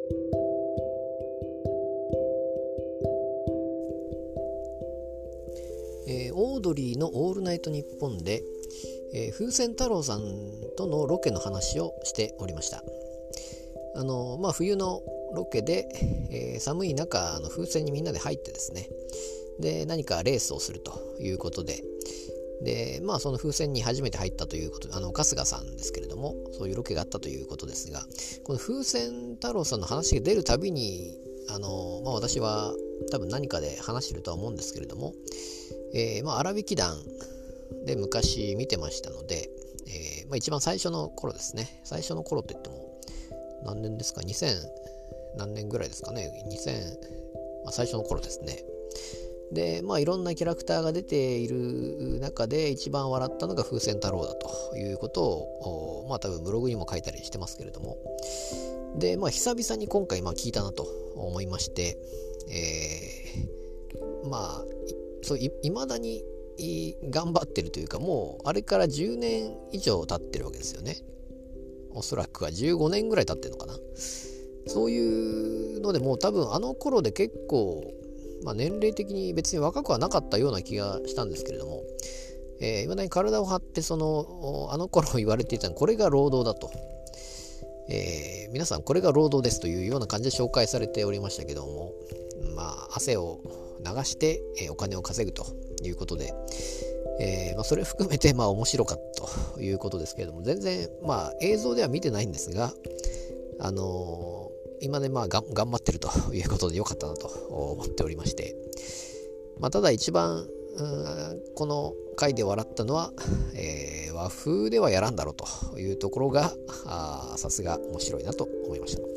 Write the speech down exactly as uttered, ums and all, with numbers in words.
えー、オードリーのオールナイトニッポンで、えー、風船太郎さんとのロケの話をしておりました。あのまあ冬のロケで、えー、寒い中の風船にみんなで入ってですね、で何かレースをするということで、でまあその風船に初めて入ったということで、あの春日さんですけれども、そういうロケがあったということですが、この風船太郎さんの話が出るたびにあの、まあ、私は多分何かで話してるとは思うんですけれども、えー、まあ荒引き団で昔見てましたので、えーまあ、一番最初の頃ですね。最初の頃といっても何年ですか、にせん何年ぐらいですかね、にせん、まあ、最初の頃ですね。でまあいろんなキャラクターが出ている中で一番笑ったのが風船太郎だということを、まあ多分ブログにも書いたりしてますけれども、でまあ久々に今回まあ聞いたなと思いまして、えー、まあそういまだに頑張ってるというか、もうあれからじゅうねん以上経ってるわけですよね。おそらくはじゅうごねんぐらい経ってるのかな。そういうのでもう多分あの頃で結構、まあ、年齢的に別に若くはなかったような気がしたんですけれども、えー、未だに体を張ってそのあの頃言われていたのこれが労働だと、えー、皆さんこれが労働ですというような感じで紹介されておりましたけども、まあ汗を流して、えー、お金を稼ぐということで、えーまあ、それ含めてまあ面白かったということですけれども、全然まあ映像では見てないんですが、あのー、今ねまあが頑張ってるということでよかったなと思っておりまして、まあ、ただ一番この回で笑ったのは、えー、和風ではやらんだろうというところがさすが面白いなと思いました。